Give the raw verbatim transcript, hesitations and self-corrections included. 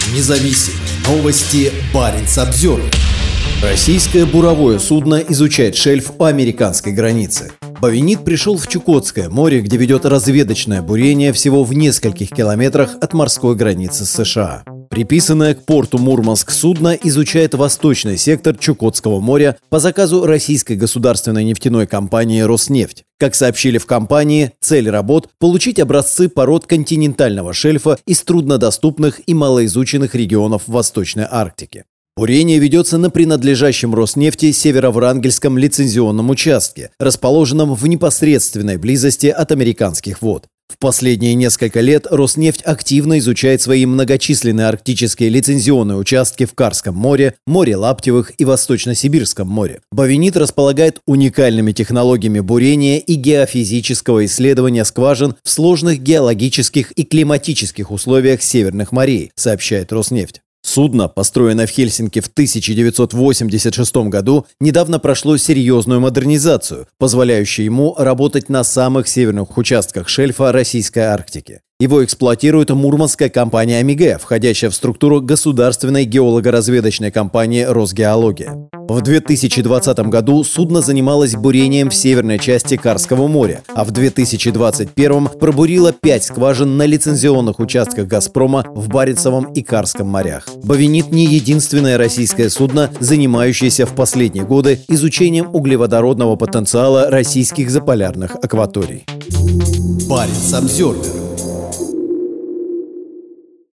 независим. Новости Баренц-Обзервер. Российское буровое судно изучает шельф у американской границы. Бовенит пришел в Чукотское море, где ведет разведочное бурение всего в нескольких километрах от морской границы с США. Приписанное к порту Мурманск судно изучает восточный сектор Чукотского моря по заказу российской государственной нефтяной компании «Роснефть». Как сообщили в компании, цель работ – получить образцы пород континентального шельфа из труднодоступных и малоизученных регионов Восточной Арктики. Бурение ведется на принадлежащем Роснефти Североврангельском лицензионном участке, расположенном в непосредственной близости от американских вод. В последние несколько лет Роснефть активно изучает свои многочисленные арктические лицензионные участки в Карском море, море Лаптевых и Восточно-Сибирском море. Бовенит располагает уникальными технологиями бурения и геофизического исследования скважин в сложных геологических и климатических условиях северных морей, сообщает Роснефть. Судно, построенное в Хельсинки в тысяча девятьсот восемьдесят шестом году, недавно прошло серьезную модернизацию, позволяющую ему работать на самых северных участках шельфа Российской Арктики. Его эксплуатирует мурманская компания «Амиге», входящая в структуру государственной геолого-разведочной компании «Росгеология». В две тысячи двадцатом году судно занималось бурением в северной части Карского моря, а в две тысячи двадцать первом пробурило пять скважин на лицензионных участках «Газпрома» в Баренцевом и Карском морях. Бовенит не единственное российское судно, занимающееся в последние годы изучением углеводородного потенциала российских заполярных акваторий. Баренц-Обзервер.